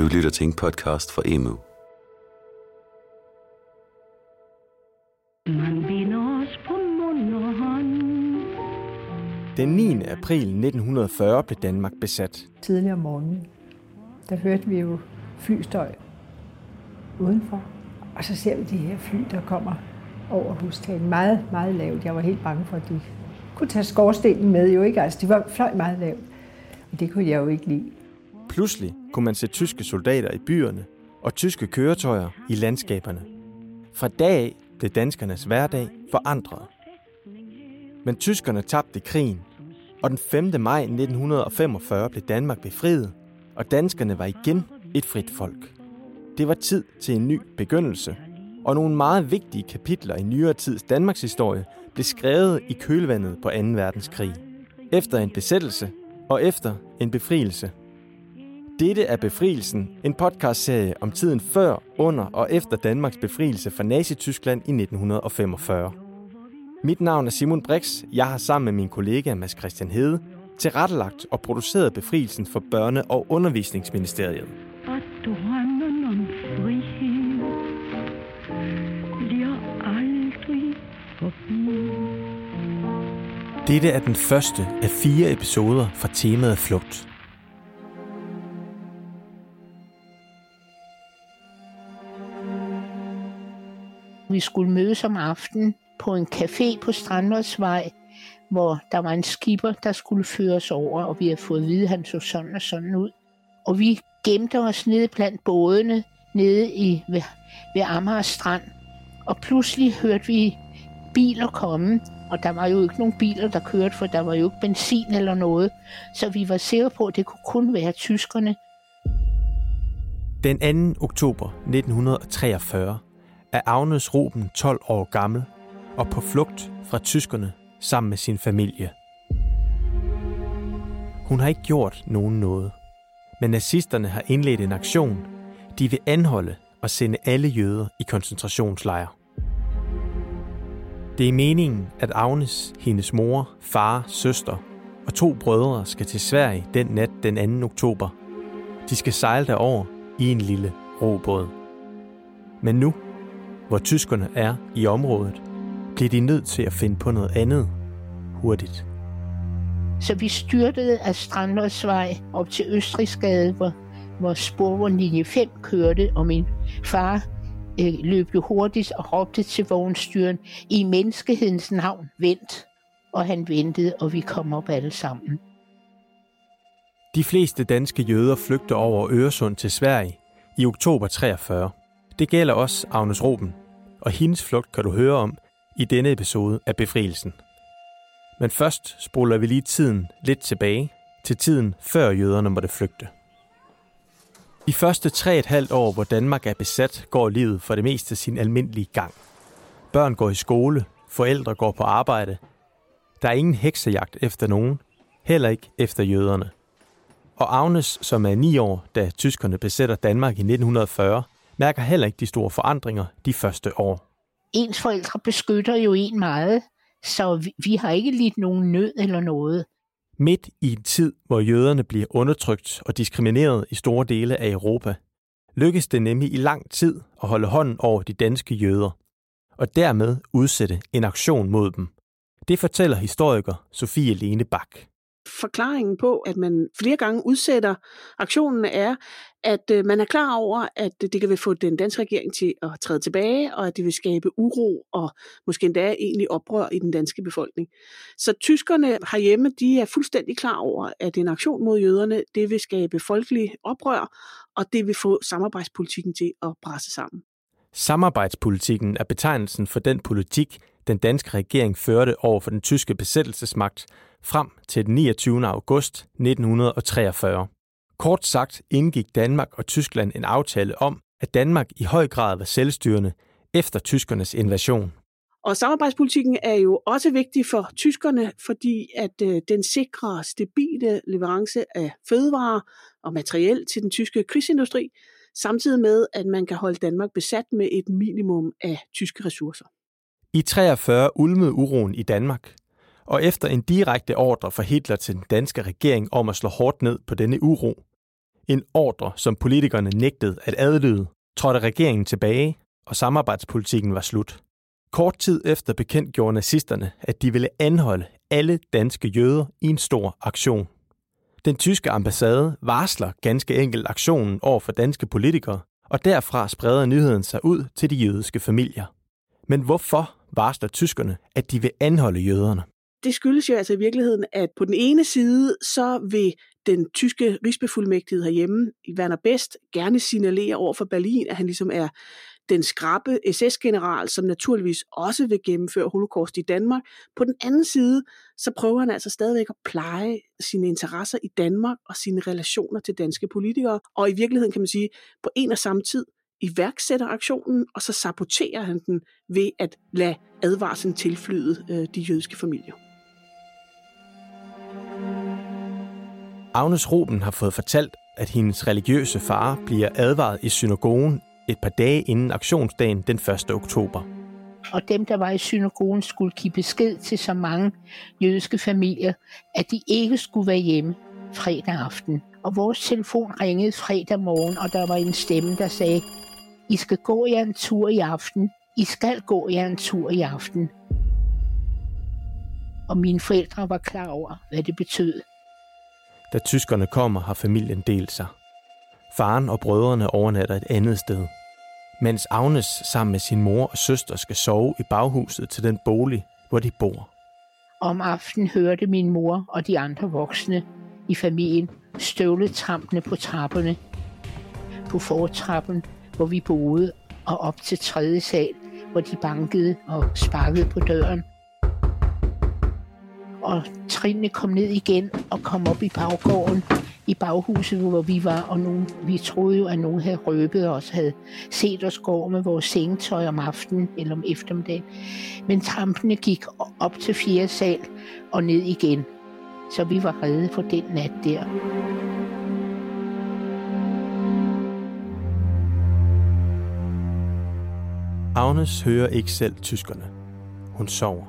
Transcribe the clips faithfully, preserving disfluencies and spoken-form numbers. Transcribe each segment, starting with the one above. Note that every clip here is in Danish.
Du lytter til en podcast fra Emu. Den niende april nitten fyrre blev Danmark besat. Tidligere om morgenen, der hørte vi jo flystøj udenfor. Og så ser vi de her fly, der kommer over hustagen. Meget, meget lavt. Jeg var helt bange for, at de kunne tage skorstenen med. Jo ikke? Altså, de var fløj meget lavt. Og det kunne jeg jo ikke lide. Pludselig kunne man se tyske soldater i byerne og tyske køretøjer i landskaberne. Fra dag af blev danskernes hverdag forandret. Men tyskerne tabte krigen, og den femte maj nitten femogfyrre blev Danmark befriet, og danskerne var igen et frit folk. Det var tid til en ny begyndelse, og nogle meget vigtige kapitler i nyere tids Danmarks historie blev skrevet i kølvandet på anden verdenskrig. Efter en besættelse og efter en befrielse. Dette er Befrielsen, en podcastserie om tiden før, under og efter Danmarks befrielse fra Nazi-Tyskland i nitten femogfyrre. Mit navn er Simon Brix. Jeg har sammen med min kollega Mads Christian Hede tilrettelagt og produceret Befrielsen for Børne- og Undervisningsministeriet. Dette er den første af fire episoder fra temaet flugt. Vi skulle mødes om aftenen på en café på Strandvejsvej, hvor der var en skipper, der skulle føres over, og vi havde fået at vide, at han så sådan og sådan ud. Og vi gemte os nede blandt bådene, nede i, ved, ved Amager Strand. Og pludselig hørte vi biler komme, og der var jo ikke nogen biler, der kørte, for der var jo ikke benzin eller noget. Så vi var sikre på, at det kunne kun være tyskerne. Den anden oktober nitten treogfyrre er Agnes Ruben tolv år gammel og på flugt fra tyskerne sammen med sin familie. Hun har ikke gjort nogen noget, men nazisterne har indledt en aktion. De vil anholde og sende alle jøder i koncentrationslejre. Det er meningen, at Agnes, hendes mor, far, søster og to brødre skal til Sverige den nat den anden oktober. De skal sejle derover i en lille robåd. Men nu, hvor tyskerne er i området, bliver de nødt til at finde på noget andet hurtigt. Så vi styrtede af Strandvejsvej op til Østrigsgade, hvor, hvor sporvogn fem kørte, og min far øh, løb jo hurtigt og råbte til vognstyren, i menneskehedens navn, vent. Og han ventede, og vi kom op alle sammen. De fleste danske jøder flygter over Øresund til Sverige i oktober treogfyrre. Det gælder også Agnes Ruben, og hendes flugt kan du høre om i denne episode af Befrielsen. Men først spoler vi lige tiden lidt tilbage til tiden før jøderne måtte flygte. De første tre og et halvt år, hvor Danmark er besat, går livet for det meste sin almindelige gang. Børn går i skole, forældre går på arbejde. Der er ingen heksejagt efter nogen, heller ikke efter jøderne. Og Agnes, som er ni år, da tyskerne besætter Danmark i nitten fyrre, mærker heller ikke de store forandringer de første år. Ens forældre beskytter jo en meget, så vi, vi har ikke lidt nogen nød eller noget. Midt i en tid, hvor jøderne bliver undertrykt og diskrimineret i store dele af Europa, lykkes det nemlig i lang tid at holde hånden over de danske jøder, og dermed udsætte en aktion mod dem. Det fortæller historiker Sofie Lene Bak. Forklaringen på, at man flere gange udsætter aktionen, er, at man er klar over, at det kan få den danske regering til at træde tilbage, og at det vil skabe uro og måske endda egentlig oprør i den danske befolkning. Så tyskerne herhjemme, de er fuldstændig klar over, at en aktion mod jøderne, det vil skabe folkelig oprør, og det vil få samarbejdspolitikken til at presse sammen. Samarbejdspolitikken er betegnelsen for den politik, den danske regering førte over for den tyske besættelsesmagt frem til den niogtyvende august nitten treogfyrre. Kort sagt indgik Danmark og Tyskland en aftale om, at Danmark i høj grad var selvstyrende efter tyskernes invasion. Og samarbejdspolitikken er jo også vigtig for tyskerne, fordi at øh, den sikrer stabile leverance af fødevarer og materiel til den tyske krigsindustri, samtidig med, at man kan holde Danmark besat med et minimum af tyske ressourcer. I treogfyrre ulmede uroen i Danmark, og efter en direkte ordre fra Hitler til den danske regering om at slå hårdt ned på denne uro, En ordre, som politikerne nægtede at adlyde, trådte regeringen tilbage, og samarbejdspolitikken var slut. Kort tid efter bekendtgjorde nazisterne, at de ville anholde alle danske jøder i en stor aktion. Den tyske ambassade varsler ganske enkelt aktionen over for danske politikere, og derfra spreder nyheden sig ud til de jødiske familier. Men hvorfor varsler tyskerne, at de vil anholde jøderne? Det skyldes jo altså i virkeligheden, at på den ene side, så vil den tyske rigsbefuldmægtighed herhjemme, Werner Best, gerne signalere over for Berlin, at han ligesom er den skrappe S S-general, som naturligvis også vil gennemføre holocaust i Danmark. På den anden side, så prøver han altså stadigvæk at pleje sine interesser i Danmark og sine relationer til danske politikere. Og i virkeligheden kan man sige, på en og samme tid iværksætter aktionen, og så saboterer han den ved at lade advarslen tilflyde øh, de jødiske familier. Agnes Ruben har fået fortalt, at hendes religiøse far bliver advaret i synagogen et par dage inden aktionsdagen den første oktober. Og dem, der var i synagogen, skulle give besked til så mange jødiske familier, at de ikke skulle være hjemme fredag aften. Og vores telefon ringede fredag morgen, og der var en stemme, der sagde, I skal gå jer en tur i aften. I skal gå jer en tur i aften. Og mine forældre var klar over, hvad det betød. Da tyskerne kommer, har familien delt sig. Faren og brødrene overnatter et andet sted, mens Agnes sammen med sin mor og søster skal sove i baghuset til den bolig, hvor de bor. Om aftenen hørte min mor og de andre voksne i familien støvletrampene på trapperne, på fortrappen, hvor vi boede, og op til tredje sal, hvor de bankede og sparkede på døren. Og trinene kom ned igen og kom op i baggården, i baghuset, hvor vi var, og nogen, vi troede jo, at nogen havde røbet os, havde set os gå med vores sengetøj om aftenen eller om eftermiddagen. Men trampene gik op til fjerde sal og ned igen, så vi var redde for den nat der. Agnes hører ikke selv tyskerne. Hun sover.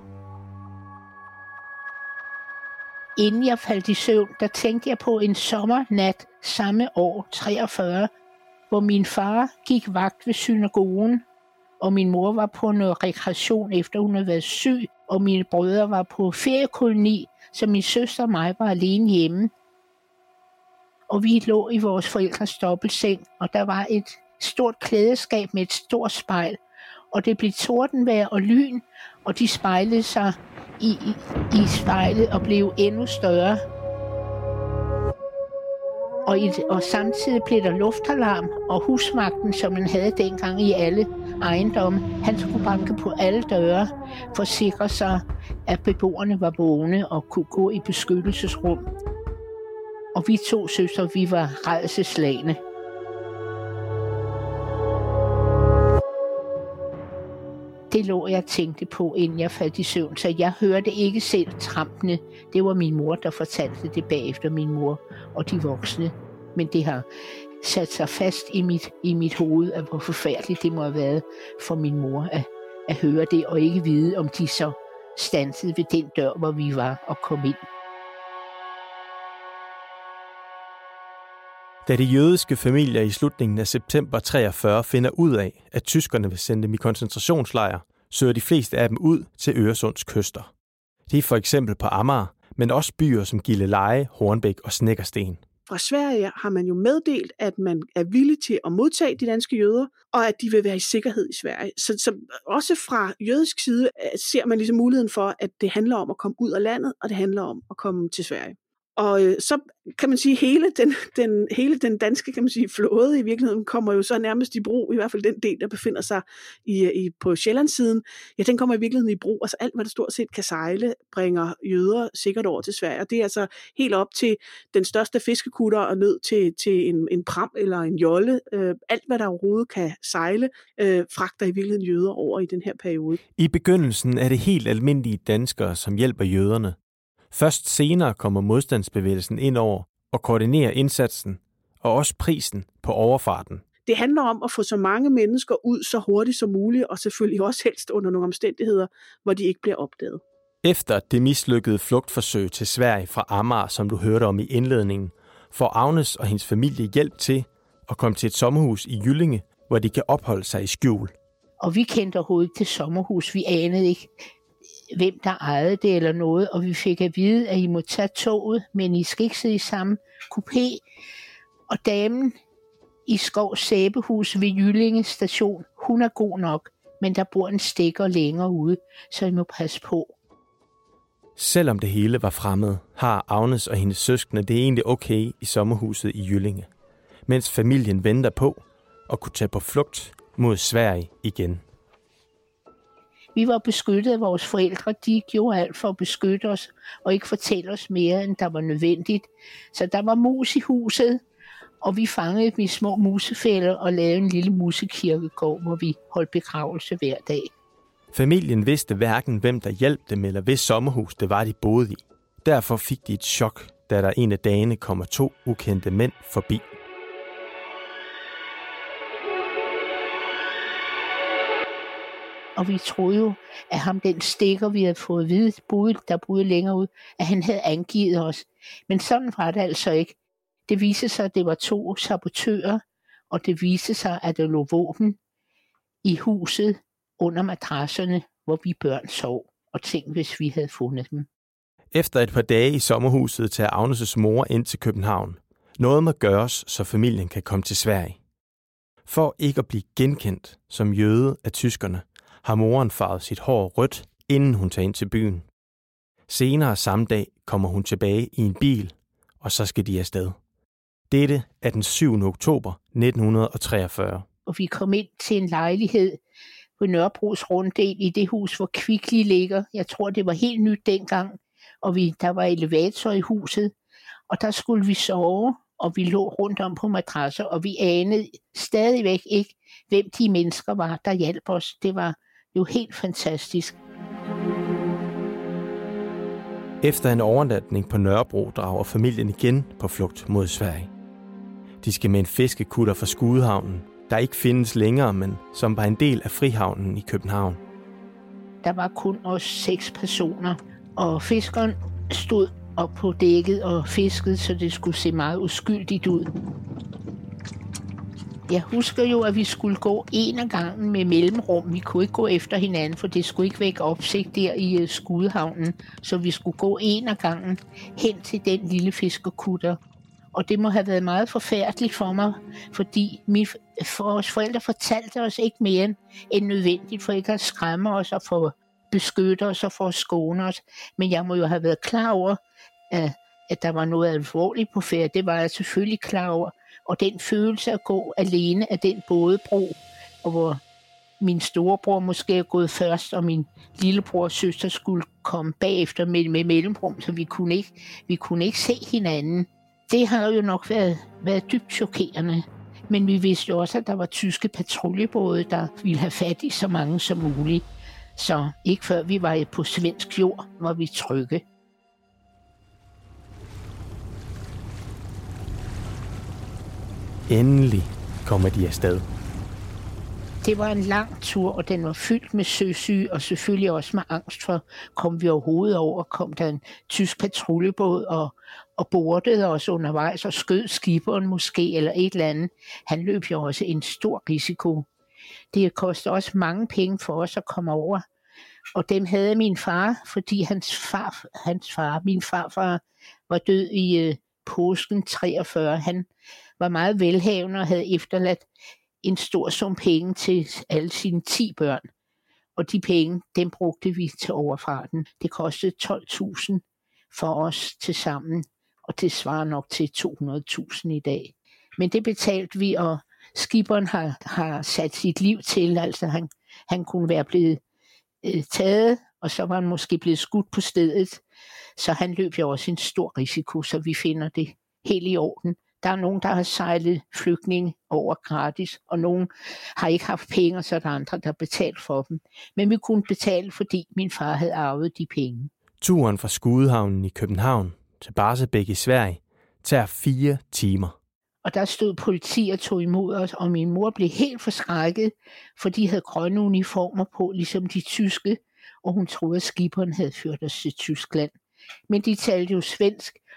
Inden jeg faldt i søvn, der tænkte jeg på en sommernat samme år, treogfyrre, hvor min far gik vagt ved synagogen, og min mor var på noget rekreation, efter hun havde været syg, og mine brødre var på feriekoloni, så min søster og mig var alene hjemme. Og vi lå i vores forældres dobbeltseng, og der var et stort klædeskab med et stort spejl, og det blev tordenvejr og lyn, og de spejlede sig i, i, i spejlet og blev endnu større. Og, i, og samtidig blev der luftalarm, og husmagten, som man havde dengang i alle ejendomme, han skulle banke på alle døre for at sikre sig, at beboerne var vågne og kunne gå i beskyttelsesrum. Og vi to søstre, vi var rædselsslagne. Det lå jeg tænkte på, inden jeg faldt i søvn, så jeg hørte ikke selv trampene. Det var min mor, der fortalte det bagefter, min mor og de voksne. Men det har sat sig fast i mit, i mit hoved, at hvor forfærdeligt det må have været for min mor at, at høre det, og ikke vide, om de så standsede ved den dør, hvor vi var, og kom ind. Da de jødiske familier i slutningen af september treogfyrre finder ud af, at tyskerne vil sende dem i koncentrationslejre, søger de fleste af dem ud til Øresunds kyster. Det er for eksempel på Amager, men også byer som Gilleleje, Hornbæk og Snekkersten. Fra Sverige har man jo meddelt, at man er villig til at modtage de danske jøder, og at de vil være i sikkerhed i Sverige. Så, så også fra jødisk side ser man ligesom muligheden for, at det handler om at komme ud af landet, og det handler om at komme til Sverige. Og øh, så kan man sige, hele den, den, hele den danske kan man sige, flåde i virkeligheden kommer jo så nærmest i brug, i hvert fald den del, der befinder sig i, i, på Sjællandssiden. Ja, den kommer i virkeligheden i brug. Altså alt, hvad der stort set kan sejle, bringer jøder sikkert over til Sverige. Og det er altså helt op til den største fiskekutter og ned til, til en, en pram eller en jolle. Øh, alt, hvad der overhovedet kan sejle, øh, fragter i virkeligheden jøder over i den her periode. I begyndelsen er det helt almindelige danskere, som hjælper jøderne. Først senere kommer modstandsbevægelsen ind over og koordinerer indsatsen og også prisen på overfarten. Det handler om at få så mange mennesker ud så hurtigt som muligt, og selvfølgelig også helst under nogle omstændigheder, hvor de ikke bliver opdaget. Efter det mislykkede flugtforsøg til Sverige fra Amager, som du hørte om i indledningen, får Agnes og hendes familie hjælp til at komme til et sommerhus i Jyllinge, hvor de kan opholde sig i skjul. Og vi kendte overhovedet ikke til sommerhus. Vi anede ikke, hvem der ejede det eller noget. Og vi fik at vide, at I må tage toget, men I skal ikke sidde i samme kupé. Og damen i Skov Sæbehus ved Jyllinge station, hun er god nok, men der bor en stikker længere ude, så I må passe på. Selvom det hele var fremmed, har Agnes og hendes søskende det egentlig okay i sommerhuset i Jyllinge, mens familien venter på at kunne tage på flugt mod Sverige igen. Vi var beskyttet af vores forældre. De gjorde alt for at beskytte os og ikke fortælle os mere, end der var nødvendigt. Så der var mus i huset, og vi fangede dem i små musefælder og lavede en lille musekirkegård, hvor vi holdt begravelse hver dag. Familien vidste hverken, hvem der hjalp dem, eller hvis sommerhus det var, de boede i. Derfor fik de et chok, da der en af dagene kommer to ukendte mænd forbi. Og vi troede jo, at ham den stikker, vi havde fået at vide, der boede længere ud, at han havde angivet os. Men sådan var det altså ikke. Det viste sig, at det var to sabotører, og det viste sig, at der lå våben i huset under madrasserne, hvor vi børn sov. Og tænk, hvis vi havde fundet dem. Efter et par dage i sommerhuset tager Agnes' mor ind til København. Noget må gøres, så familien kan komme til Sverige. For ikke at blive genkendt som jøde af tyskerne, har moren farvet sit hår rødt, inden hun tager ind til byen. Senere samme dag kommer hun tilbage i en bil, og så skal de afsted. Dette er den syvende oktober nitten treogfyrre. Og vi kom ind til en lejlighed på Nørrebros Runddel i det hus, hvor Kvickly ligger. Jeg tror, det var helt nyt dengang, og vi, der var elevator i huset, og der skulle vi sove, og vi lå rundt om på madrasser, og vi anede stadigvæk ikke, hvem de mennesker var, der hjalp os. Det var jo helt fantastisk. Efter en overnatning på Nørrebro drager familien igen på flugt mod Sverige. De skal med en fiskekutter fra Skudehavnen, der ikke findes længere, men som var en del af Frihavnen i København. Der var kun os seks personer, og fiskeren stod op på dækket og fiskede, så det skulle se meget uskyldigt ud. Jeg husker jo, at vi skulle gå en af gangen med mellemrum. Vi kunne ikke gå efter hinanden, for det skulle ikke vække opsigt der i Skudehavnen. Så vi skulle gå en af gangen hen til den lille fiskerkutter. Og det må have været meget forfærdeligt for mig, fordi mine, vores forældre fortalte os ikke mere end nødvendigt, for ikke at skræmme os og for at beskytte os og for at skåne os. Men jeg må jo have været klar over, at, at der var noget alvorligt på færd. Det var jeg selvfølgelig klar over. Og den følelse at gå alene af den bådebro, og hvor min storebror måske er gået først, og min lillebror og søster skulle komme bagefter med, med mellemrum, så vi kunne, ikke, vi kunne ikke se hinanden. Det har jo nok været, været dybt chokerende. Men vi vidste jo også, at der var tyske patruljebåde, der ville have fat i så mange som muligt. Så ikke før vi var på svensk jord, var vi trygge. Endelig kommer de afsted. Det var en lang tur, og den var fyldt med søsyge, og selvfølgelig også med angst for, kom vi overhovedet over, kom der en tysk patruljebåd og, og bordede os undervejs og skød skiberen måske, eller et eller andet. Han løb jo også en stor risiko. Det kostede også mange penge for os at komme over, og dem havde min far, fordi hans far, hans far min farfar, var død i øh, påsken treogfyrre. Han var meget velhavende og havde efterladt en stor sum penge til alle sine ti børn. Og de penge, dem brugte vi til overfarten. Det kostede tolv tusind for os til sammen, og det svarer nok til to hundrede tusind i dag. Men det betalte vi, og skiberen har, har sat sit liv til. Altså han, han kunne være blevet øh, taget, og så var han måske blevet skudt på stedet. Så han løb jo også en stor risiko, så vi finder det helt i orden. Der er nogen, der har sejlet flygtninge over gratis, og nogen har ikke haft penge, så er der andre, der har betalt for dem. Men vi kunne betale, fordi min far havde arvet de penge. Turen fra Skudehavnen i København til Barsebäck i Sverige tager fire timer. Og der stod politi og tog imod os, og min mor blev helt forskrækket, for de havde grønne uniformer på, ligesom de tyske, og hun troede, at skiberen havde ført os til Tyskland. Men de talte jo svensk,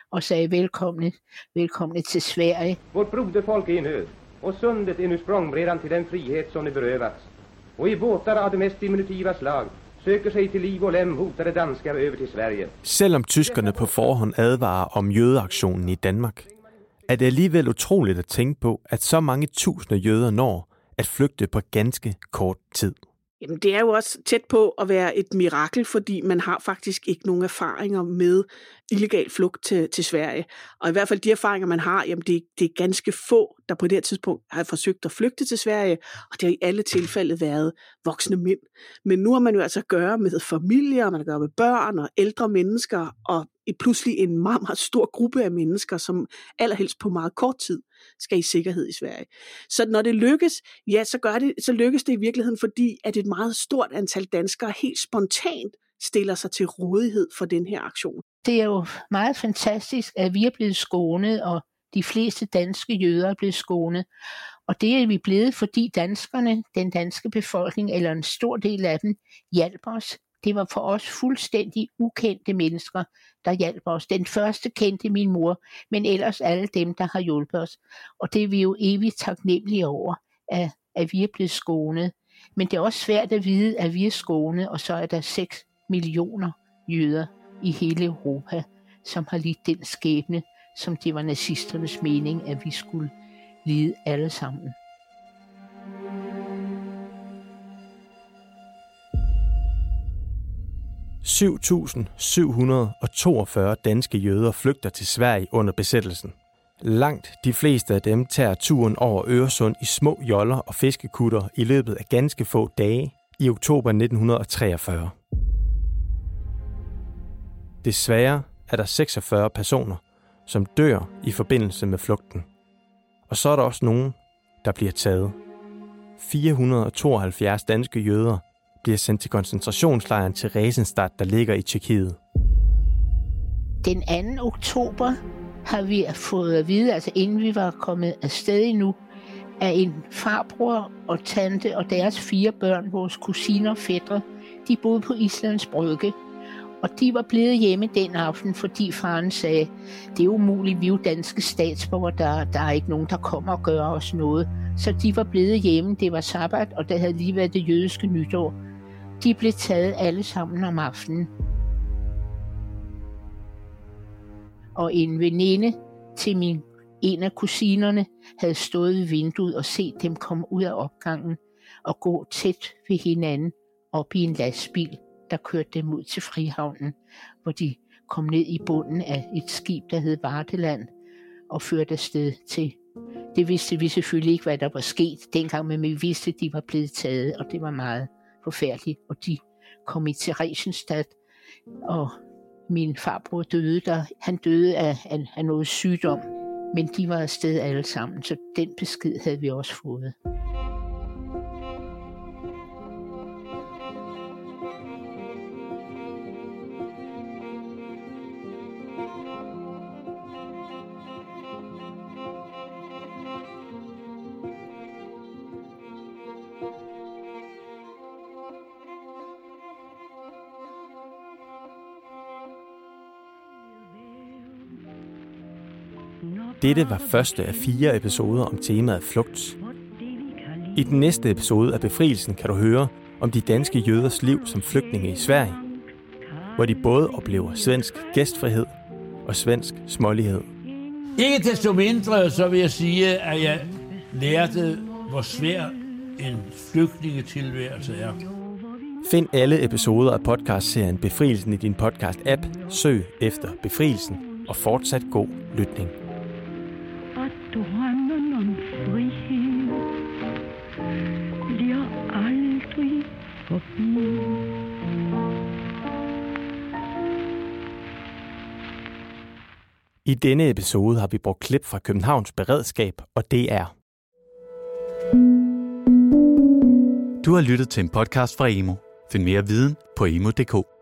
og sagde velkomne, velkomne til Sverige. Vårt broderfolk er i nød, og sundet er nu språngbrädan till den frihet som det berövats. Og i båtar av det mest diminutiva slag søger sig til liv og lem hotade danskar over til Sverige. Selvom tyskerne på forhånd advarer om jødeaktionen i Danmark, er det alligevel utroligt at tænke på, at så mange tusinde jøder når at flygte på ganske kort tid. Jamen, det er jo også tæt på at være et mirakel, fordi man har faktisk ikke nogen erfaringer med illegal flugt til, til Sverige. Og i hvert fald de erfaringer, man har, jamen det, det er ganske få, der på det her tidspunkt har forsøgt at flygte til Sverige, og det har i alle tilfælde været voksne mænd. Men nu har man jo altså at gøre med familier, man har at gøre med børn og ældre mennesker, og pludselig en meget, meget stor gruppe af mennesker, som allerhelst på meget kort tid skal i sikkerhed i Sverige. Så når det lykkes, ja, så, gør det, så lykkes det i virkeligheden, fordi at et meget stort antal danskere helt spontant stiller sig til rådighed for den her aktion. Det er jo meget fantastisk, at vi er blevet skånet, og de fleste danske jøder er blevet skånet. Og det er vi blevet, fordi danskerne, den danske befolkning, eller en stor del af dem, hjalp os. Det var for os fuldstændig ukendte mennesker, der hjalp os. Den første kendte min mor, men ellers alle dem, der har hjulpet os. Og det er vi jo evigt taknemmelige over, at, at vi er blevet skånet. Men det er også svært at vide, at vi er skånet, og så er der seks millioner jøder i hele Europa, som har lidt den skæbne, som det var nazisternes mening, at vi skulle lide alle sammen. syv tusind syv hundrede toogfyrre danske jøder flygter til Sverige under besættelsen. Langt de fleste af dem tager turen over Øresund i små joller og fiskekutter i løbet af ganske få dage i oktober nitten treogfyrre. Desværre er der seksogfyrre personer, som dør i forbindelse med flugten. Og så er der også nogen, der bliver taget. fire hundrede tooghalvfjerds danske jøder bliver sendt til koncentrationslejren til Theresienstadt, der ligger i Tjekkiet. Den anden oktober har vi fået at vide, altså inden vi var kommet afsted endnu, af en farbror og tante og deres fire børn, vores kusiner og fætre, de boede på Islands Brygge. Og de var blevet hjemme den aften, fordi faren sagde, det er umuligt, vi er jo danske statsborgere, der, der er ikke nogen, der kommer og gør os noget. Så de var blevet hjemme, det var sabbat, og der havde lige været det jødiske nytår. De blev taget alle sammen om aftenen. Og en veninde til min, en af kusinerne havde stået ved vinduet og set dem komme ud af opgangen og gå tæt ved hinanden op i en lastbil, der kørte dem ud til Frihavnen, hvor de kom ned i bunden af et skib, der hed Varteland, og førte afsted til. Det vidste vi selvfølgelig ikke, hvad der var sket dengang, men vi vidste, at de var blevet taget, og det var meget forfærdeligt. Og de kom i Theresienstadt, og min farbror døde der. Han døde af, af, af noget sygdom, men de var afsted alle sammen, så den besked havde vi også fået. Dette var første af fire episoder om temaet flugt. I den næste episode af Befrielsen kan du høre om de danske jøders liv som flygtninge i Sverige, hvor de både oplever svensk gæstfrihed og svensk smålighed. Ikke desto mindre, så vil jeg sige, at jeg lærte, hvor svær en flygtningetilværelse er. Find alle episoder af podcastserien Befrielsen i din podcast-app, søg efter Befrielsen og fortsat god lytning. Drømmen om frihed bliver aldrig forbi. I denne episode har vi brugt klip fra Københavns Beredskab og D R. Du har lyttet til en podcast fra Emo. Find mere viden på emo punktum d k.